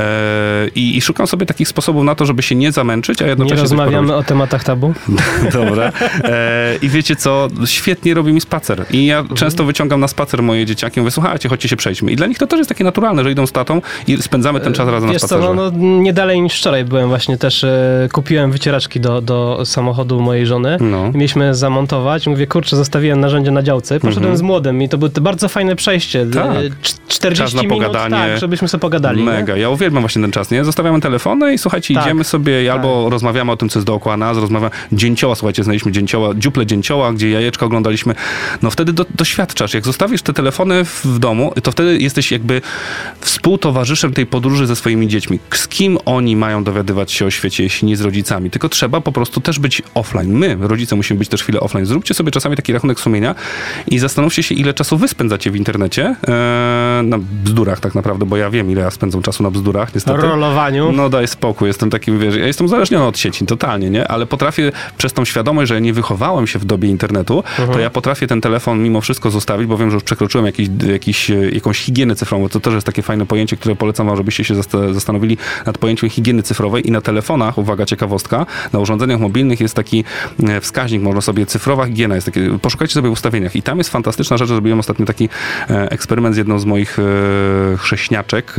I szukam sobie takich sposobów na to, żeby się nie zamęczyć, a jednocześnie... Nie rozmawiamy o tematach tabu. Dobra. I wiecie co? Świetnie robi mi spacer. I ja często wyciągam na spacer moje dzieciaki, mówię, słuchajcie, chodźcie się przejdźmy. I dla nich to też jest takie naturalne, że idą z tatą i spędzamy ten czas razem na spacerze. Co, nie dalej niż wczoraj byłem właśnie też, kupiłem wycieraczki do samochodu mojej żony. I mieliśmy zamontować. Mówię, kurczę, zostawiłem narzędzie na działce. Poszedłem z młodym i to było bardzo fajne przejście. Tak. 40 minut, pogadanie. Tak, żebyśmy sobie pogadali. Mega. Ja uwielbiam właśnie ten czas, nie? Zostawiamy telefony i słuchajcie, idziemy sobie albo rozmawiamy o tym, co jest dookoła nas, dzięcioła, słuchajcie, znaliśmy dziuple dzięcioła, gdzie jajeczka oglądaliśmy. No wtedy doświadczasz. Jak zostawisz te telefony w domu, to wtedy jesteś jakby współtowarzyszem tej podróży ze swoimi dziećmi. Z kim oni mają dowiadywać się o świecie, jeśli nie z rodzicami? Tylko trzeba po prostu też być offline. My, rodzice, musimy być też chwilę offline. Zróbcie sobie czasami taki rachunek sumienia i zastanówcie się, ile czasu wy spędzacie w internecie. Na bzdurach tak naprawdę, bo ja wiem, ile ja spędzam czasu na bzdurach, niestety. Rolowaniu. No daj spokój, jestem taki, wiesz, ja jestem uzależniony od sieci, totalnie, nie? Ale potrafię przez tą świadomość, że nie wychowałem się w dobie internetu, to ja potrafię ten telefon mimo wszystko zostawić, bo wiem, że już przekroczyłem jakąś higienę cyfrową. To też jest takie fajne pojęcie, które polecam wam, żebyście się zastanowili nad pojęciem higieny cyfrowej i na telefonach, uwaga, ciekawostka, na urządzeniach mobilnych jest taki wskaźnik, można sobie, cyfrowa higiena jest takie, poszukajcie sobie w ustawieniach i tam jest fantastyczna rzecz, zrobiłem ostatnio taki eksperyment z jedną z moich chrześniaczek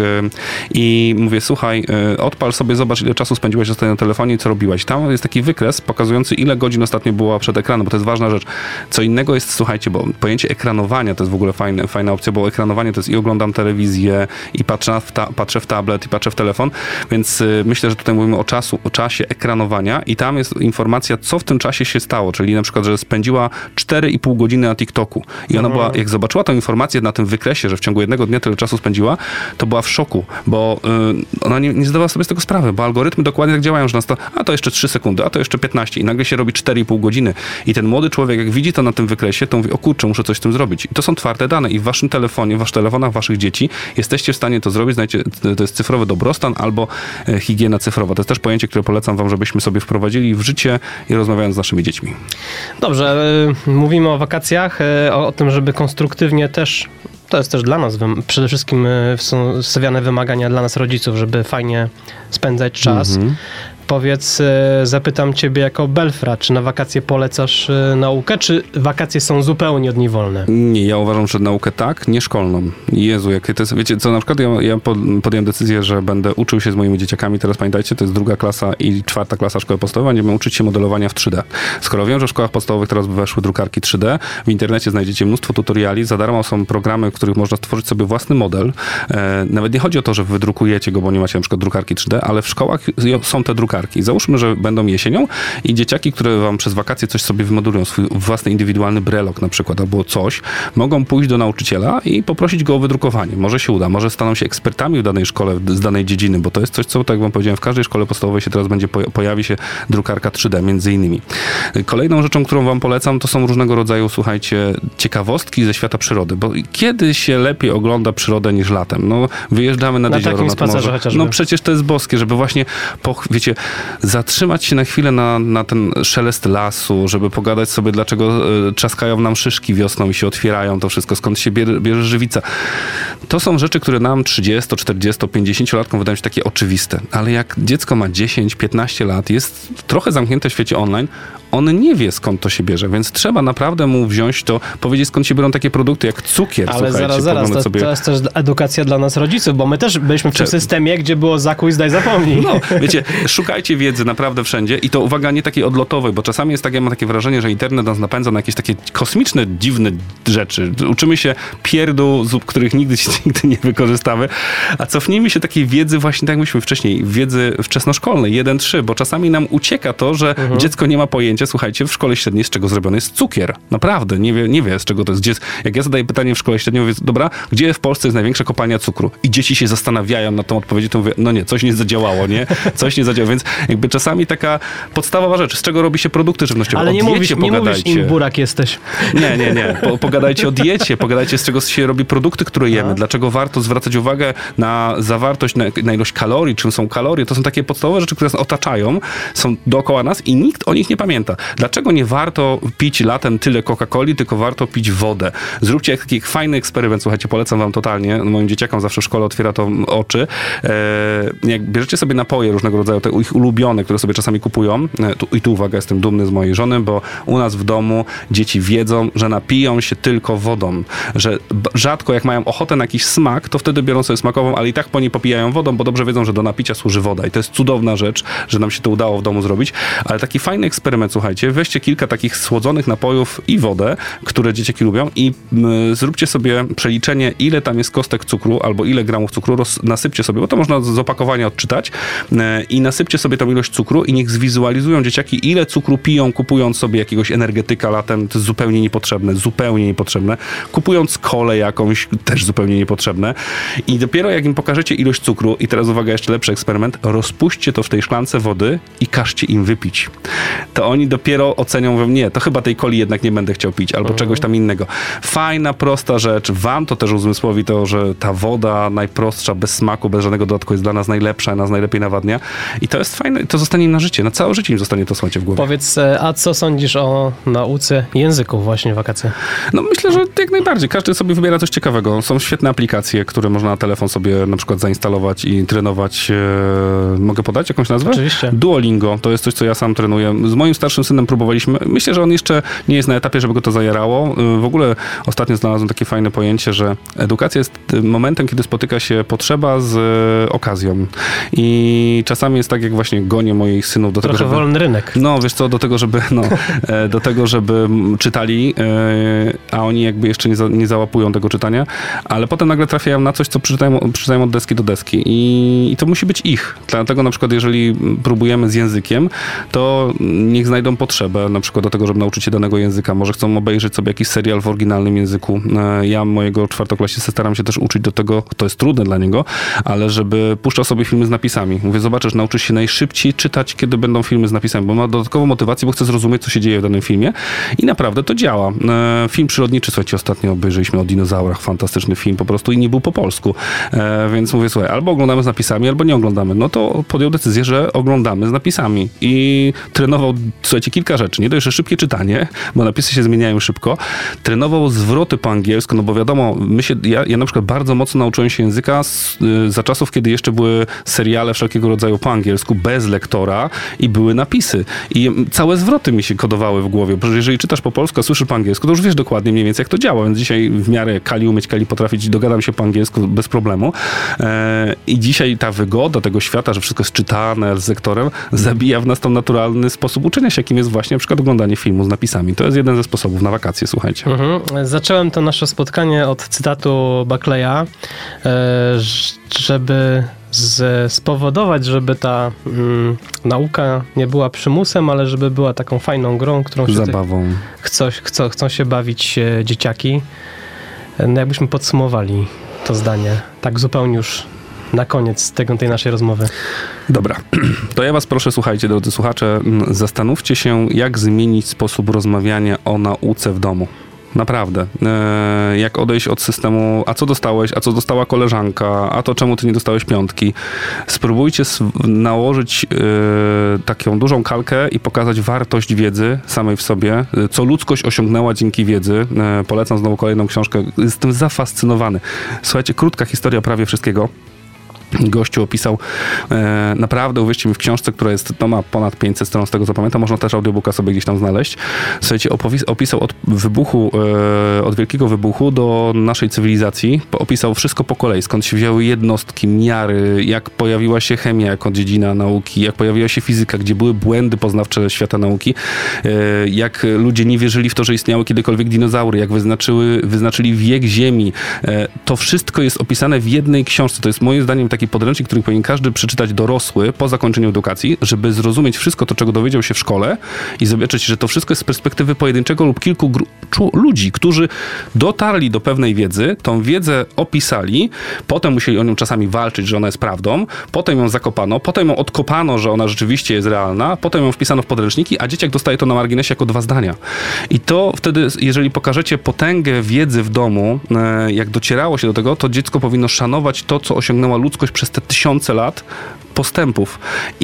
i mówię, słuchaj, odpal sobie, zobacz, ile czasu spędziłeś ostatnio na telefonie i co robiłaś. Tam jest taki wykres pokazujący, ile godzin ostatnio była przed ekranem, bo to jest ważna rzecz. Co innego jest, słuchajcie, bo pojęcie ekranowania to jest w ogóle fajna opcja, bo ekranowanie to jest i oglądam telewizję, i patrzę w tablet, i patrzę w telefon, więc myślę, że tutaj mówimy o czasie ekranowania i tam jest informacja, co w tym czasie się stało, czyli na przykład, że spędziła 4,5 godziny na TikToku i ona była, jak zobaczyła tę informację na tym wykresie, że w ciągu jednego dnia tyle czasu spędziła, to była w szoku, bo ona nie zdawała sobie z tego sprawy, bo algorytmy dokładnie tak działają, że nas to jeszcze 3 sekundy, a to jeszcze 15 i nagle się robi 4,5 godziny. I ten młody człowiek, jak widzi to na tym wykresie, to mówi, o kurczę, muszę coś z tym zrobić. I to są twarde dane i w waszym telefonie, w waszych telefonach waszych dzieci jesteście w stanie to zrobić, znajdziecie, to jest cyfrowy dobrostan albo higiena cyfrowa. To jest też pojęcie, które polecam wam, żebyśmy sobie wprowadzili w życie i rozmawiając z naszymi dziećmi. Dobrze, mówimy o wakacjach, o tym, żeby konstruktywnie też, to jest też dla nas, przede wszystkim są stawiane wymagania dla nas rodziców, żeby fajnie spędzać czas. Powiedz, zapytam ciebie jako Belfra, czy na wakacje polecasz naukę, czy wakacje są zupełnie od niej wolne? Nie, ja uważam, że naukę tak, nie szkolną. Jezu, jakie to jest, wiecie co, na przykład ja podjąłem decyzję, że będę uczył się z moimi dzieciakami, teraz pamiętajcie, to jest 2. klasa i 4. klasa szkoły podstawowej, będziemy uczyć się modelowania w 3D. Skoro wiem, że w szkołach podstawowych teraz weszły drukarki 3D, w internecie znajdziecie mnóstwo tutoriali, za darmo są programy, w których można stworzyć sobie własny model. Nawet nie chodzi o to, że wydrukujecie go, bo nie macie na przykład drukarki 3D, ale w szkołach są te drukarki. Załóżmy, że będą jesienią i dzieciaki, które wam przez wakacje coś sobie wymodują, swój własny indywidualny brelok na przykład, albo coś, mogą pójść do nauczyciela i poprosić go o wydrukowanie. Może się uda, może staną się ekspertami w danej szkole, z danej dziedziny, bo to jest coś, co, tak jak wam powiedziałem, w każdej szkole podstawowej się teraz pojawi się drukarka 3D, między innymi. Kolejną rzeczą, którą wam polecam, to są różnego rodzaju, słuchajcie, ciekawostki ze świata przyrody, bo kiedy się lepiej ogląda przyrodę niż latem? No, wyjeżdżamy nad jezioro, nad morze. No przecież to jest boskie, żeby właśnie, wiecie, zatrzymać się na chwilę na ten szelest lasu, żeby pogadać sobie, dlaczego trzaskają nam szyszki wiosną i się otwierają, to wszystko, skąd się bierze żywica. To są rzeczy, które nam 30, 40, 50-latkom wydają się takie oczywiste, ale jak dziecko ma 10, 15 lat, jest trochę zamknięte w świecie online, on nie wie, skąd to się bierze, więc trzeba naprawdę mu wziąć to, powiedzieć, skąd się biorą takie produkty jak cukier. Ale zaraz, to jest też edukacja dla nas rodziców, bo my też byliśmy w tym systemie, gdzie było zakuj, zdaj, zapomnij. No, wiecie, szukajcie wiedzy naprawdę wszędzie i to, uwaga, nie takiej odlotowej, bo czasami jest tak, ja mam takie wrażenie, że internet nas napędza na jakieś takie kosmiczne, dziwne rzeczy. Uczymy się pierdół, których nigdy nie wykorzystamy, a cofnijmy się takiej wiedzy właśnie, tak jak mówiliśmy wcześniej, wiedzy wczesnoszkolnej, 1-3, bo czasami nam ucieka to, że dziecko nie ma pojęcia, słuchajcie, w szkole średniej z czego zrobiony jest cukier. Naprawdę, nie wie z czego to jest. Jak ja zadaję pytanie w szkole średniej, mówię, dobra, gdzie w Polsce jest największa kopalnia cukru? I dzieci się zastanawiają nad tą odpowiedzią, to mówię, no nie, coś nie zadziałało, nie? Coś nie zadziałało, więc jakby czasami taka podstawowa rzecz, z czego robi się produkty żywnościowe. Ale nie mówisz im burak jesteś. Nie. Pogadajcie o diecie, pogadajcie, z czego się robi produkty, które jemy, dlaczego warto zwracać uwagę na zawartość, na ilość kalorii, czym są kalorie. To są takie podstawowe rzeczy, które nas otaczają, są dookoła nas i nikt o nich nie pamięta. Dlaczego nie warto pić latem tyle Coca-Coli, tylko warto pić wodę? Zróbcie taki fajny eksperyment, słuchajcie, polecam wam totalnie. Moim dzieciakom zawsze w szkole otwiera to oczy. Jak bierzecie sobie napoje różnego rodzaju, te ich ulubione, które sobie czasami kupują, tu uwaga, jestem dumny z mojej żony, bo u nas w domu dzieci wiedzą, że napiją się tylko wodą, że rzadko jak mają ochotę na jakiś smak, to wtedy biorą sobie smakową, ale i tak po niej popijają wodą, bo dobrze wiedzą, że do napicia służy woda i to jest cudowna rzecz, że nam się to udało w domu zrobić, ale taki fajny eksperyment, słuchajcie, weźcie kilka takich słodzonych napojów i wodę, które dzieciaki lubią i zróbcie sobie przeliczenie, ile tam jest kostek cukru albo ile gramów cukru, nasypcie sobie, bo to można z opakowania odczytać i nasypcie sobie tą ilość cukru i niech zwizualizują dzieciaki, ile cukru piją, kupując sobie jakiegoś energetyka latem, to jest zupełnie niepotrzebne. Kupując kolę jakąś, też zupełnie niepotrzebne. I dopiero jak im pokażecie ilość cukru, i teraz uwaga, jeszcze lepszy eksperyment, rozpuśćcie to w tej szklance wody i każcie im wypić. To oni dopiero ocenią, mówią, nie, to chyba tej coli jednak nie będę chciał pić, albo czegoś tam innego. Fajna, prosta rzecz. Wam to też uzmysłowi to, że ta woda najprostsza, bez smaku, bez żadnego dodatku jest dla nas najlepsza, nas najlepiej nawadnia. I to jest jest fajne, to zostanie im na życie, na całe życie im zostanie to, słuchajcie, w głowie. Powiedz, a co sądzisz o nauce języków właśnie w wakacje? No myślę, że jak najbardziej. Każdy sobie wybiera coś ciekawego. Są świetne aplikacje, które można na telefon sobie na przykład zainstalować i trenować. Mogę podać jakąś nazwę? Oczywiście. Duolingo. To jest coś, co ja sam trenuję. Z moim starszym synem próbowaliśmy. Myślę, że on jeszcze nie jest na etapie, żeby go to zajarało. W ogóle ostatnio znalazłem takie fajne pojęcie, że edukacja jest momentem, kiedy spotyka się potrzeba z okazją. I czasami jest tak, jak właśnie gonię moich synów do tego, Trochę wolny rynek. No, wiesz co, do tego, żeby czytali, a oni jakby jeszcze nie załapują tego czytania, ale potem nagle trafiają na coś, co przeczytają od deski do deski i to musi być ich. Dlatego na przykład, jeżeli próbujemy z językiem, to niech znajdą potrzebę na przykład do tego, żeby nauczyć się danego języka. Może chcą obejrzeć sobie jakiś serial w oryginalnym języku. Ja mojego czwartoklasisty staram się też uczyć do tego, to jest trudne dla niego, ale żeby puszczał sobie filmy z napisami. Mówię, zobaczysz, nauczysz się najszybciej czytać, kiedy będą filmy z napisami, bo ma dodatkową motywację, bo chce zrozumieć, co się dzieje w danym filmie i naprawdę to działa. Film przyrodniczy, słuchajcie, ostatnio obejrzeliśmy o dinozaurach, fantastyczny film po prostu i nie był po polsku, więc mówię, słuchaj, albo oglądamy z napisami, albo nie oglądamy. No to podjął decyzję, że oglądamy z napisami i trenował, słuchajcie, kilka rzeczy. Nie dość, że szybkie czytanie, bo napisy się zmieniają szybko, trenował zwroty po angielsku, no bo wiadomo, ja na przykład bardzo mocno nauczyłem się języka za czasów, kiedy jeszcze były seriale wszelkiego rodzaju po angielsku, bez lektora i były napisy. I całe zwroty mi się kodowały w głowie, bo jeżeli czytasz po polsku, a słyszysz po angielsku, to już wiesz dokładnie mniej więcej, jak to działa, więc dzisiaj w miarę umieć potrafić, dogadam się po angielsku bez problemu. I dzisiaj ta wygoda tego świata, że wszystko jest czytane z lektorem, zabija w nas ten naturalny sposób uczenia się, jakim jest właśnie na przykład oglądanie filmu z napisami. To jest jeden ze sposobów na wakacje, słuchajcie. Zacząłem to nasze spotkanie od cytatu Buckleya, żeby spowodować, żeby ta nauka nie była przymusem, ale żeby była taką fajną grą, którą się zabawą. Chcą się bawić dzieciaki. No jakbyśmy podsumowali to zdanie, tak zupełnie już na koniec tej naszej rozmowy. Dobra, to ja was proszę, słuchajcie, drodzy słuchacze, zastanówcie się, jak zmienić sposób rozmawiania o nauce w domu. Naprawdę. Jak odejść od systemu, a co dostałeś, a co dostała koleżanka, a to czemu ty nie dostałeś 5. Spróbujcie nałożyć taką dużą kalkę i pokazać wartość wiedzy samej w sobie, co ludzkość osiągnęła dzięki wiedzy. Polecam znowu kolejną książkę. Jestem zafascynowany. Słuchajcie, krótka historia prawie wszystkiego. Gościu opisał, naprawdę uwierzcie mi, w książce, która jest, to ma ponad 500 stron, z tego co pamiętam, można też audiobooka sobie gdzieś tam znaleźć. Słuchajcie, opisał od wybuchu, od wielkiego wybuchu do naszej cywilizacji, opisał wszystko po kolei, skąd się wzięły jednostki, miary, jak pojawiła się chemia jako dziedzina nauki, jak pojawiła się fizyka, gdzie były błędy poznawcze świata nauki, jak ludzie nie wierzyli w to, że istniały kiedykolwiek dinozaury, jak wyznaczyli wiek Ziemi. To wszystko jest opisane w jednej książce. To jest moim zdaniem taki podręcznik, który powinien każdy przeczytać dorosły po zakończeniu edukacji, żeby zrozumieć wszystko to, czego dowiedział się w szkole i zobaczyć, że to wszystko jest z perspektywy pojedynczego lub kilku ludzi, którzy dotarli do pewnej wiedzy, tą wiedzę opisali, potem musieli o nią czasami walczyć, że ona jest prawdą, potem ją zakopano, potem ją odkopano, że ona rzeczywiście jest realna, potem ją wpisano w podręczniki, a dzieciak dostaje to na marginesie jako 2 zdania. I to wtedy, jeżeli pokażecie potęgę wiedzy w domu, jak docierało się do tego, to dziecko powinno szanować to, co osiągnęła ludzkość przez te 1000 lat postępów.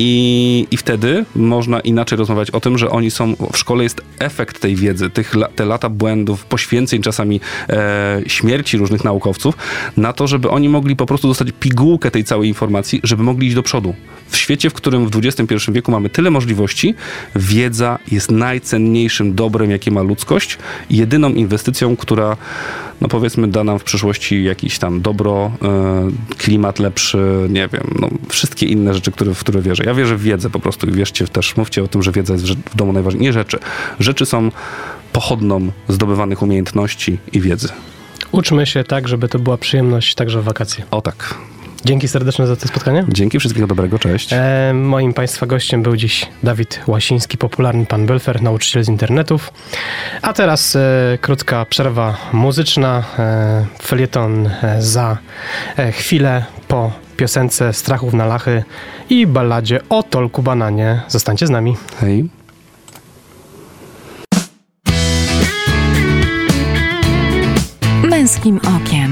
I wtedy można inaczej rozmawiać o tym, że oni są, w szkole jest efekt tej wiedzy, te lata błędów, poświęceń czasami, śmierci różnych naukowców, na to, żeby oni mogli po prostu dostać pigułkę tej całej informacji, żeby mogli iść do przodu. W świecie, w którym w XXI wieku mamy tyle możliwości, wiedza jest najcenniejszym dobrem, jakie ma ludzkość, jedyną inwestycją, która, no powiedzmy, da nam w przyszłości jakiś tam dobro, klimat lepszy, nie wiem, no wszystkie inne rzeczy, w które wierzę. Ja wierzę w wiedzę po prostu i wierzcie też, mówcie o tym, że wiedza jest w domu najważniejsza. Nie rzeczy. Rzeczy są pochodną zdobywanych umiejętności i wiedzy. Uczmy się tak, żeby to była przyjemność także w wakacje. O tak. Dzięki serdeczne za to spotkanie. Dzięki, wszystkiego dobrego, cześć. Moim Państwa gościem był dziś Dawid Łasiński, popularny pan Belfer, nauczyciel z internetów. A teraz krótka przerwa muzyczna, felieton za chwilę po piosence Strachów na Lachy i balladzie o Tolku Bananie. Zostańcie z nami. Hej. Męskim okiem.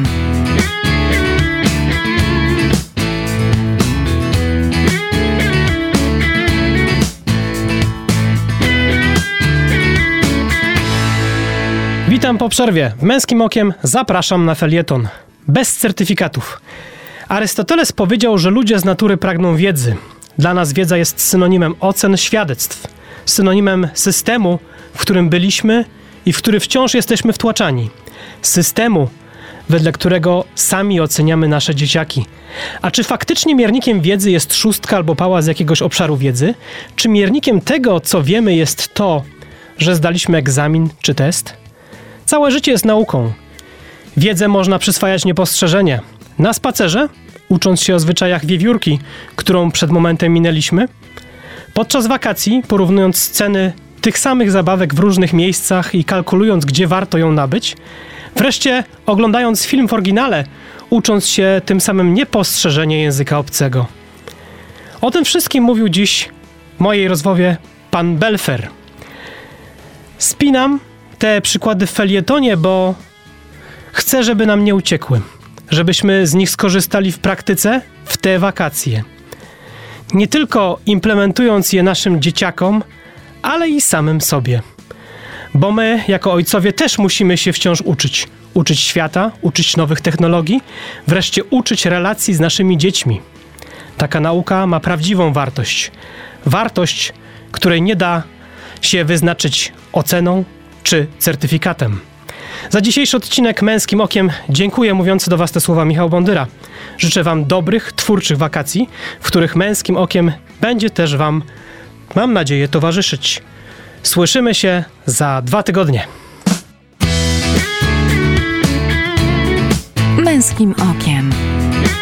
po przerwie w Męskim Okiem zapraszam na felieton. Bez certyfikatów. Arystoteles powiedział, że ludzie z natury pragną wiedzy. Dla nas wiedza jest synonimem ocen, świadectw. Synonimem systemu, w którym byliśmy i w który wciąż jesteśmy wtłaczani. Systemu, wedle którego sami oceniamy nasze dzieciaki. A czy faktycznie miernikiem wiedzy jest szóstka albo pała z jakiegoś obszaru wiedzy? Czy miernikiem tego, co wiemy, jest to, że zdaliśmy egzamin czy test? Całe życie jest nauką. Wiedzę można przyswajać niepostrzeżenie. Na spacerze, ucząc się o zwyczajach wiewiórki, którą przed momentem minęliśmy. Podczas wakacji, porównując ceny tych samych zabawek w różnych miejscach i kalkulując, gdzie warto ją nabyć. Wreszcie, oglądając film w oryginale, ucząc się tym samym niepostrzeżenie języka obcego. O tym wszystkim mówił dziś w mojej rozmowie pan Belfer. Spinam te przykłady w felietonie, bo chcę, żeby nam nie uciekły. Żebyśmy z nich skorzystali w praktyce w te wakacje. Nie tylko implementując je naszym dzieciakom, ale i samym sobie. Bo my, jako ojcowie, też musimy się wciąż uczyć. Uczyć świata, uczyć nowych technologii, wreszcie uczyć relacji z naszymi dziećmi. Taka nauka ma prawdziwą wartość. Wartość, której nie da się wyznaczyć oceną czy certyfikatem. Za dzisiejszy odcinek Męskim Okiem dziękuję mówiący do Was te słowa Michał Bondyra. Życzę Wam dobrych, twórczych wakacji, w których Męskim Okiem będzie też Wam, mam nadzieję, towarzyszyć. Słyszymy się za 2 tygodnie. Męskim Okiem.